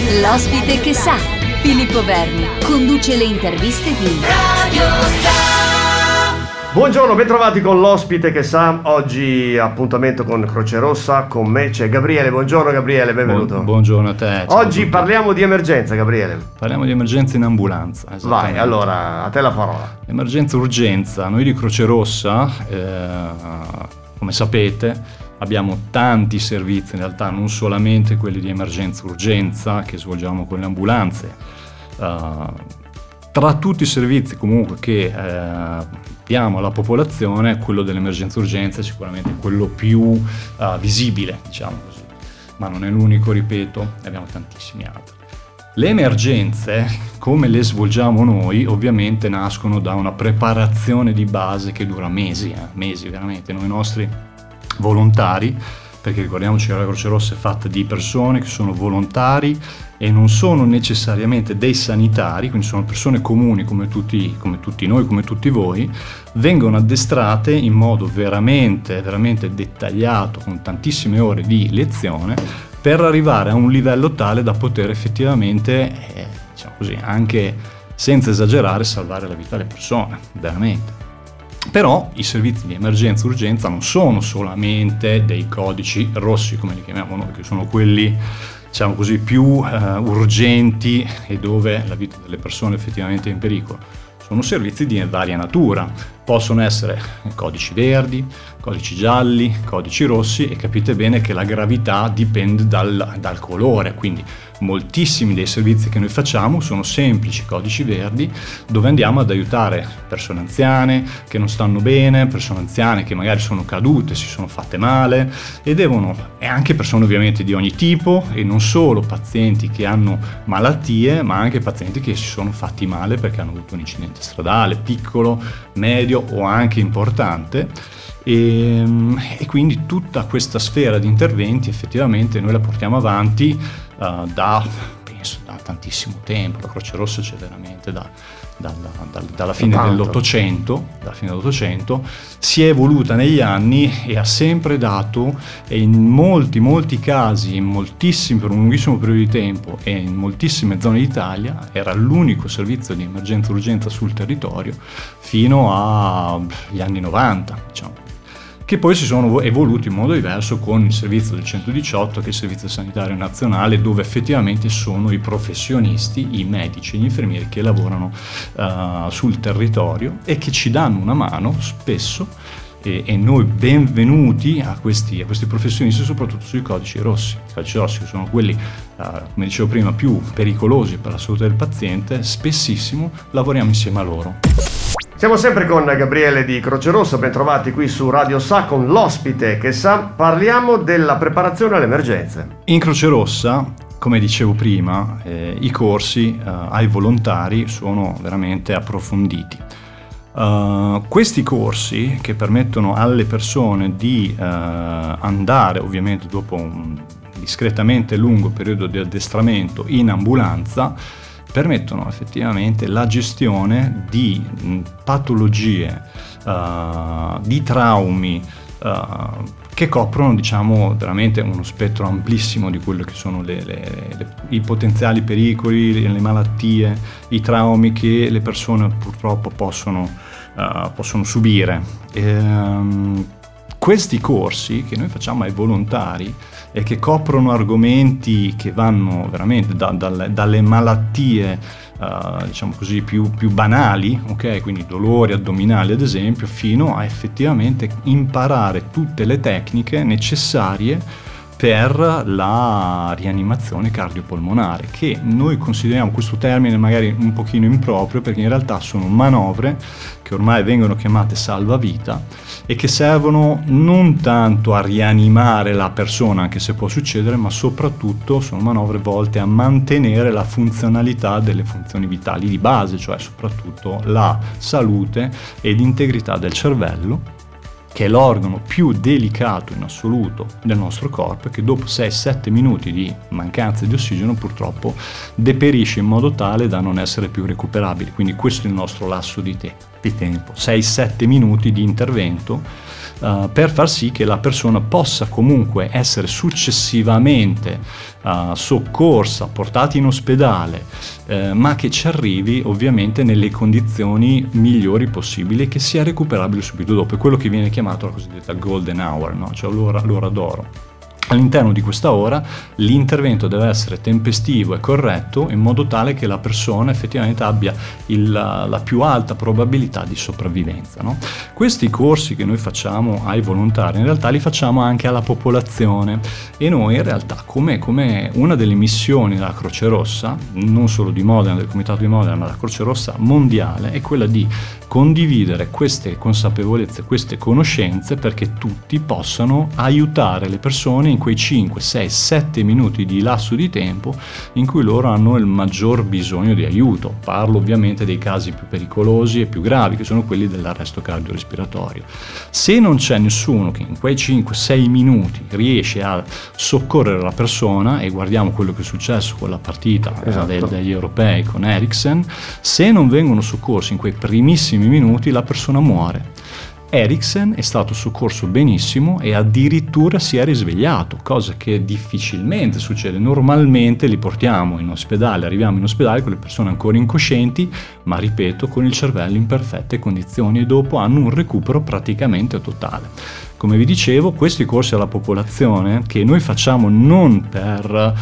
L'ospite che sa. Filippo Verni conduce le interviste di Radio Sa. Buongiorno, bentrovati con l'ospite che sa. Oggi appuntamento con Croce Rossa. Con me c'è Gabriele. Buongiorno Gabriele, benvenuto. Buongiorno a te. Oggi parliamo di emergenza, Gabriele. Parliamo di emergenza in ambulanza. Vai, allora, a te la parola. Emergenza urgenza. Noi di Croce Rossa, come sapete, abbiamo tanti servizi, in realtà non solamente quelli di emergenza urgenza che svolgiamo con le ambulanze. Tra tutti i servizi comunque che diamo alla popolazione, quello dell'emergenza urgenza è sicuramente quello più visibile, diciamo così, ma non è l'unico, ripeto, ne abbiamo tantissimi altri. Le emergenze, come le svolgiamo noi, ovviamente nascono da una preparazione di base che dura mesi veramente. Noi nostri volontari, perché ricordiamoci che la Croce Rossa è fatta di persone che sono volontari e non sono necessariamente dei sanitari, quindi sono persone comuni come tutti noi, come tutti voi, vengono addestrate in modo veramente dettagliato, con tantissime ore di lezione, per arrivare a un livello tale da poter effettivamente, diciamo così, anche senza esagerare, salvare la vita alle persone, veramente. Però i servizi di emergenza e urgenza non sono solamente dei codici rossi, come li chiamiamo noi, che sono quelli, diciamo così, più urgenti e dove la vita delle persone effettivamente è in pericolo. Sono servizi di varia natura, possono essere codici verdi, codici gialli, codici rossi, e capite bene che la gravità dipende dal colore, quindi moltissimi dei servizi che noi facciamo sono semplici codici verdi, dove andiamo ad aiutare persone anziane che non stanno bene, persone anziane che magari sono cadute, si sono fatte male, e anche persone ovviamente di ogni tipo, e non solo pazienti che hanno malattie, ma anche pazienti che si sono fatti male perché hanno avuto un incidente stradale, piccolo, medio o anche importante. E quindi tutta questa sfera di interventi effettivamente noi la portiamo avanti da tantissimo tempo. La Croce Rossa c'è veramente dalla fine dell'Ottocento, si è evoluta negli anni e ha sempre dato, e in molti casi, per un lunghissimo periodo di tempo e in moltissime zone d'Italia, era l'unico servizio di emergenza urgenza sul territorio fino agli anni 90, diciamo, che poi si sono evoluti in modo diverso con il servizio del 118, che è il servizio sanitario nazionale, dove effettivamente sono i professionisti, i medici e gli infermieri che lavorano sul territorio e che ci danno una mano spesso, e noi benvenuti a questi professionisti, soprattutto sui codici rossi. I codici rossi, che sono quelli, come dicevo prima, più pericolosi per la salute del paziente. Spessissimo lavoriamo insieme a loro. Siamo sempre con Gabriele di Croce Rossa, ben trovati qui su Radio Sa con l'ospite che sa. Parliamo della preparazione alle emergenze. In Croce Rossa, come dicevo prima, i corsi ai volontari sono veramente approfonditi. Questi corsi, che permettono alle persone di andare, ovviamente dopo un discretamente lungo periodo di addestramento, in ambulanza, permettono effettivamente la gestione di patologie, di traumi, che coprono, diciamo, veramente uno spettro amplissimo di quello che sono i potenziali pericoli, le malattie, i traumi che le persone purtroppo possono subire. Questi corsi che noi facciamo ai volontari e che coprono argomenti che vanno veramente dalle malattie, diciamo così, più banali, ok? Quindi dolori addominali ad esempio, fino a effettivamente imparare tutte le tecniche necessarie per la rianimazione cardiopolmonare, che noi consideriamo questo termine magari un pochino improprio, perché in realtà sono manovre che ormai vengono chiamate salvavita e che servono non tanto a rianimare la persona, anche se può succedere, ma soprattutto sono manovre volte a mantenere la funzionalità delle funzioni vitali di base, cioè soprattutto la salute e l'integrità del cervello, che è l'organo più delicato in assoluto del nostro corpo, e che dopo 6-7 minuti di mancanza di ossigeno purtroppo deperisce in modo tale da non essere più recuperabile. Quindi questo è il nostro lasso di tempo. di tempo, 6-7 minuti di intervento, per far sì che la persona possa comunque essere successivamente soccorsa, portata in ospedale, ma che ci arrivi ovviamente nelle condizioni migliori possibili e che sia recuperabile subito dopo. È quello che viene chiamato la cosiddetta golden hour, no? Cioè l'ora d'oro. All'interno di questa ora l'intervento deve essere tempestivo e corretto in modo tale che la persona effettivamente abbia la più alta probabilità di sopravvivenza, no? Questi corsi che noi facciamo ai volontari in realtà li facciamo anche alla popolazione, e noi in realtà come una delle missioni della Croce Rossa, non solo di Modena, del Comitato di Modena, ma della Croce Rossa mondiale, è quella di condividere queste consapevolezze, queste conoscenze, perché tutti possano aiutare le persone in quei 5, 6, 7 minuti di lasso di tempo in cui loro hanno il maggior bisogno di aiuto. Parlo ovviamente dei casi più pericolosi e più gravi, che sono quelli dell'arresto cardiorespiratorio. Se non c'è nessuno che in quei 5, 6 minuti riesce a soccorrere la persona, e guardiamo quello che è successo con la partita degli europei con Eriksen, se non vengono soccorsi in quei primissimi minuti la persona muore. Eriksen è stato soccorso benissimo e addirittura si è risvegliato, cosa che difficilmente succede. Normalmente li portiamo in ospedale, arriviamo in ospedale con le persone ancora incoscienti, ma ripeto, con il cervello in perfette condizioni, e dopo hanno un recupero praticamente totale. Come vi dicevo, questi corsi alla popolazione che noi facciamo non per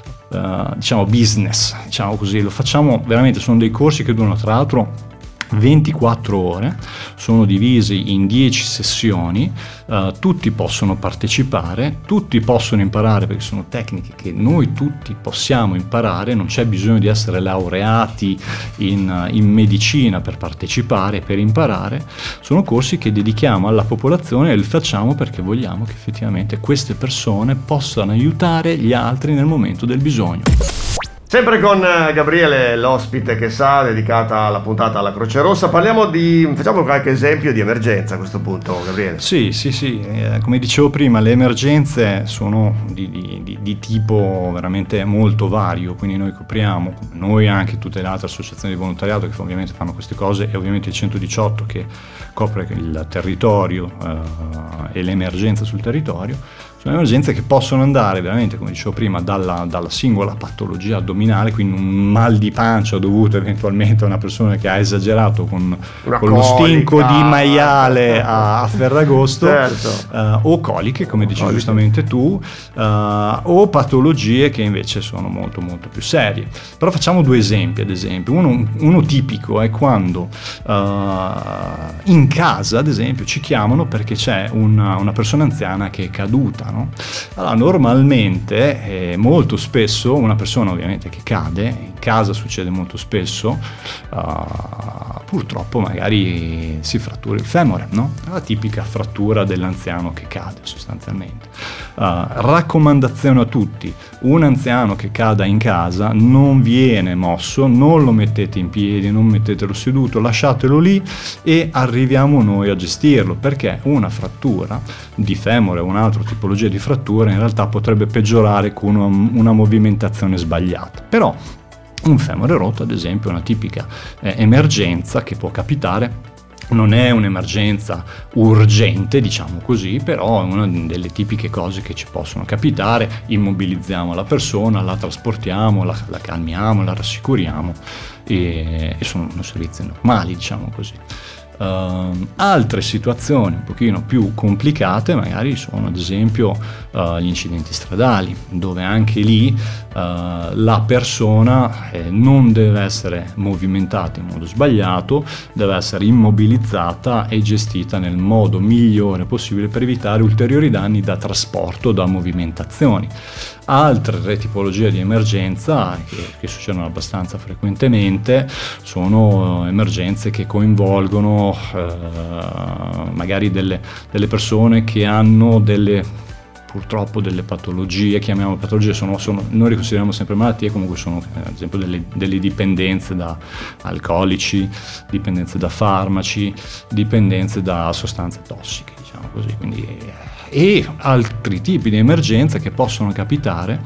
business, diciamo così, lo facciamo veramente, sono dei corsi che durano tra l'altro 24 ore, sono divisi in 10 sessioni, tutti possono partecipare, tutti possono imparare, perché sono tecniche che noi tutti possiamo imparare, non c'è bisogno di essere laureati in medicina per partecipare, per imparare. Sono corsi che dedichiamo alla popolazione e li facciamo perché vogliamo che effettivamente queste persone possano aiutare gli altri nel momento del bisogno. Sempre con Gabriele, l'ospite che sa, dedicata alla puntata alla Croce Rossa, facciamo qualche esempio di emergenza a questo punto, Gabriele. Sì, come dicevo prima, le emergenze sono di tipo veramente molto vario, quindi noi copriamo, noi anche tutte le altre associazioni di volontariato che ovviamente fanno queste cose, e ovviamente il 118 che copre il territorio e l'emergenza sul territorio. Sono emergenze che possono andare veramente, come dicevo prima, dalla singola patologia addominale, quindi un mal di pancia dovuto eventualmente a una persona che ha esagerato con lo stinco di maiale a Ferragosto, certo. O coliche, come dici giustamente tu, o patologie che invece sono molto molto più serie. Però facciamo due esempi, ad esempio. Uno tipico è quando in casa, ad esempio, ci chiamano perché c'è una persona anziana che è caduta, no? Allora, normalmente, molto spesso, una persona ovviamente che cade, in casa succede molto spesso, purtroppo magari si frattura il femore, no? La tipica frattura dell'anziano che cade sostanzialmente. Raccomandazione a tutti: un anziano che cada in casa non viene mosso, non lo mettete in piedi, non mettetelo seduto, lasciatelo lì e arriviamo noi a gestirlo, perché una frattura di femore o un'altra tipologia di frattura in realtà potrebbe peggiorare con una movimentazione sbagliata. Però un femore rotto, ad esempio, è una tipica emergenza che può capitare. Non è un'emergenza urgente, diciamo così, però è una delle tipiche cose che ci possono capitare. Immobilizziamo la persona, la trasportiamo, la calmiamo, la rassicuriamo, e sono servizi normali, diciamo così. Altre situazioni un pochino più complicate magari sono, ad esempio, gli incidenti stradali, dove anche lì la persona non deve essere movimentata in modo sbagliato, deve essere immobilizzata e gestita nel modo migliore possibile per evitare ulteriori danni da trasporto, da movimentazioni. Altre tipologie di emergenza che succedono abbastanza frequentemente sono emergenze che coinvolgono magari delle persone che hanno purtroppo delle patologie, chiamiamo patologie, noi le consideriamo sempre malattie, comunque sono ad esempio delle dipendenze da alcolici, dipendenze da farmaci, dipendenze da sostanze tossiche, diciamo così. Quindi, e altri tipi di emergenze che possono capitare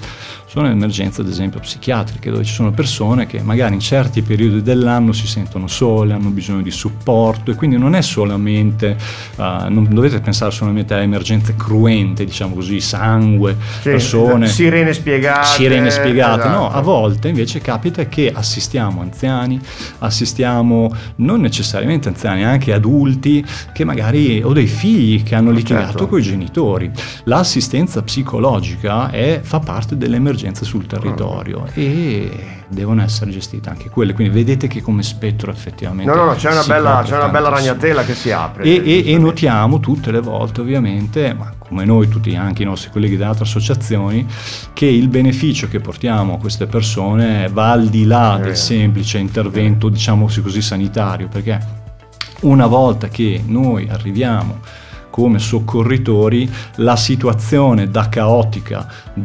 sono le emergenze ad esempio psichiatriche, dove ci sono persone che magari in certi periodi dell'anno si sentono sole, hanno bisogno di supporto, e quindi non è solamente, non dovete pensare solamente a emergenze cruente, diciamo così, sangue, persone, sirene spiegate, esatto. No, a volte invece capita che assistiamo anziani, assistiamo non necessariamente anziani, anche adulti che magari, o dei figli che hanno litigato con i genitori. L'assistenza psicologica fa parte delle emergenze sul territorio e devono essere gestite anche quelle, quindi vedete che come spettro effettivamente c'è una bella ragnatela che si apre e notiamo tutte le volte, ovviamente, ma come noi tutti, anche i nostri colleghi da altre associazioni, che il beneficio che portiamo a queste persone va al di là del semplice intervento, diciamo così, sanitario, perché una volta che noi arriviamo come soccorritori, la situazione da caotica,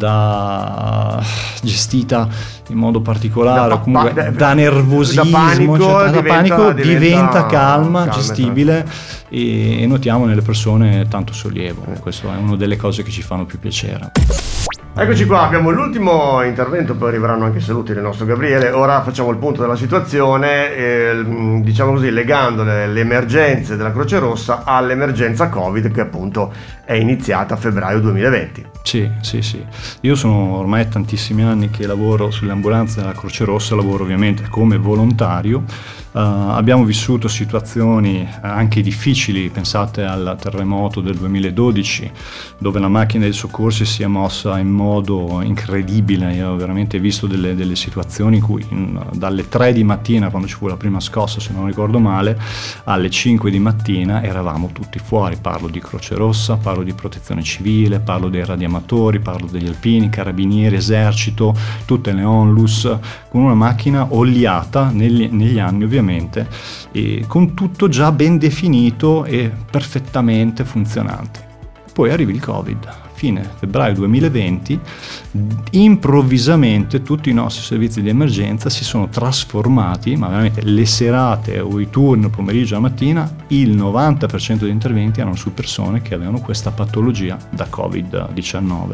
da gestita in modo particolare, comunque da nervosismo, da panico diventa calma, gestibile, e notiamo nelle persone tanto sollievo. Questo è una delle cose che ci fanno più piacere. Eccoci qua, abbiamo l'ultimo intervento, poi arriveranno anche i saluti del nostro Gabriele. Ora facciamo il punto della situazione, diciamo così, legando le emergenze della Croce Rossa all'emergenza Covid, che appunto è iniziata a febbraio 2020. Sì. Io sono ormai tantissimi anni che lavoro sulle ambulanze della Croce Rossa, lavoro ovviamente come volontario. Abbiamo vissuto situazioni anche difficili, pensate al terremoto del 2012, dove la macchina dei soccorsi si è mossa in modo incredibile. Io ho veramente visto delle situazioni in cui dalle 3 di mattina, quando ci fu la prima scossa, se non ricordo male, alle 5 di mattina eravamo tutti fuori. Parlo di Croce Rossa, parlo di Protezione Civile, parlo dei radiamatori, parlo degli alpini, carabinieri, esercito, tutte le onlus, con una macchina oliata negli anni ovviamente, e con tutto già ben definito e perfettamente funzionante. Poi arriva il Covid, fine febbraio 2020, improvvisamente tutti i nostri servizi di emergenza si sono trasformati, ma veramente le serate o i turni, il pomeriggio, la mattina, il 90% degli interventi erano su persone che avevano questa patologia da Covid-19.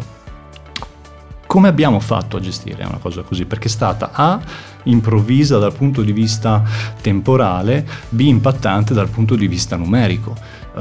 Come abbiamo fatto a gestire una cosa così? Perché è stata A, improvvisa dal punto di vista temporale, B, impattante dal punto di vista numerico.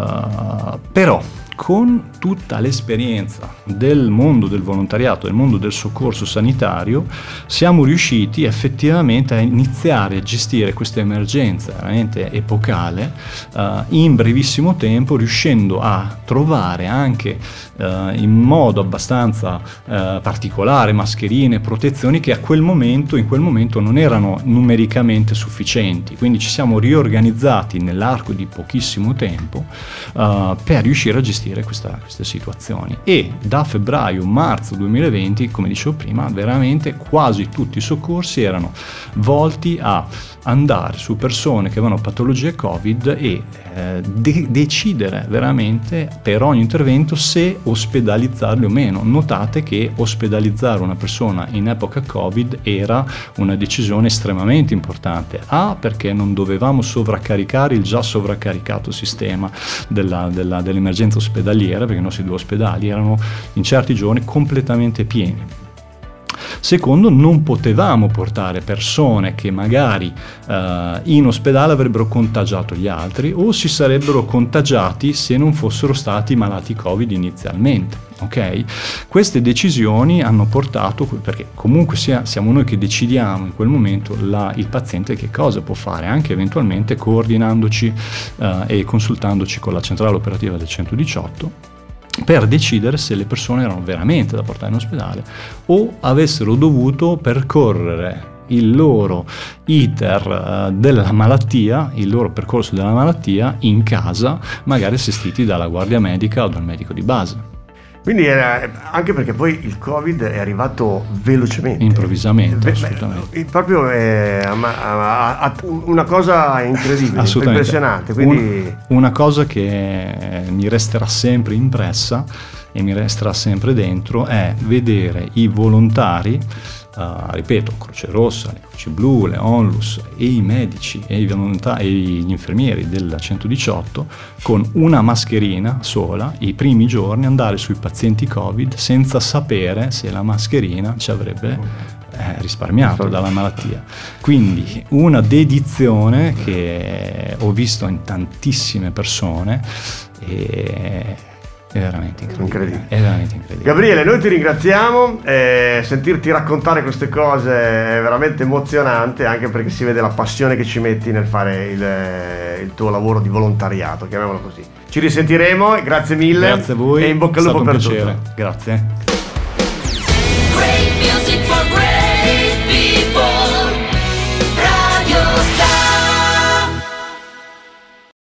Però con tutta l'esperienza del mondo del volontariato, del mondo del soccorso sanitario, siamo riusciti effettivamente a iniziare a gestire questa emergenza veramente epocale in brevissimo tempo, riuscendo a trovare anche in modo abbastanza particolare mascherine, protezioni che in quel momento non erano numericamente sufficienti. Quindi ci siamo riorganizzati nell'arco di pochissimo tempo per riuscire a gestire queste situazioni, e da febbraio-marzo 2020, come dicevo prima, veramente quasi tutti i soccorsi erano volti a andare su persone che avevano patologie Covid e decidere veramente per ogni intervento se ospedalizzarli o meno. Notate che ospedalizzare una persona in epoca Covid era una decisione estremamente importante, perché non dovevamo sovraccaricare il già sovraccaricato sistema dell'emergenza ospedaliera, perché i nostri 2 ospedali erano in certi giorni completamente pieni. Secondo, non potevamo portare persone che magari in ospedale avrebbero contagiato gli altri o si sarebbero contagiati se non fossero stati malati Covid inizialmente. Ok? Queste decisioni hanno portato, perché comunque siamo noi che decidiamo in quel momento il paziente che cosa può fare, anche eventualmente coordinandoci e consultandoci con la centrale operativa del 118, per decidere se le persone erano veramente da portare in ospedale o avessero dovuto percorrere il loro iter della malattia, il loro percorso della malattia in casa, magari assistiti dalla guardia medica o dal medico di base. Quindi anche perché poi il Covid è arrivato velocemente, improvvisamente, assolutamente. Proprio una cosa incredibile, impressionante. Quindi una cosa che mi resterà sempre impressa e mi resterà sempre dentro è vedere i volontari ripeto, Croce Rossa, le Croci Blu, le Onlus e i medici e gli infermieri del 118 con una mascherina sola i primi giorni andare sui pazienti Covid senza sapere se la mascherina ci avrebbe risparmiato dalla malattia. Quindi una dedizione che ho visto in tantissime persone e è veramente incredibile. È veramente incredibile. Gabriele, noi ti ringraziamo, sentirti raccontare queste cose è veramente emozionante, anche perché si vede la passione che ci metti nel fare il tuo lavoro di volontariato, chiamiamolo così. Ci risentiremo, grazie mille. Grazie a voi. E in bocca al lupo per tutto. tutto. Grazie.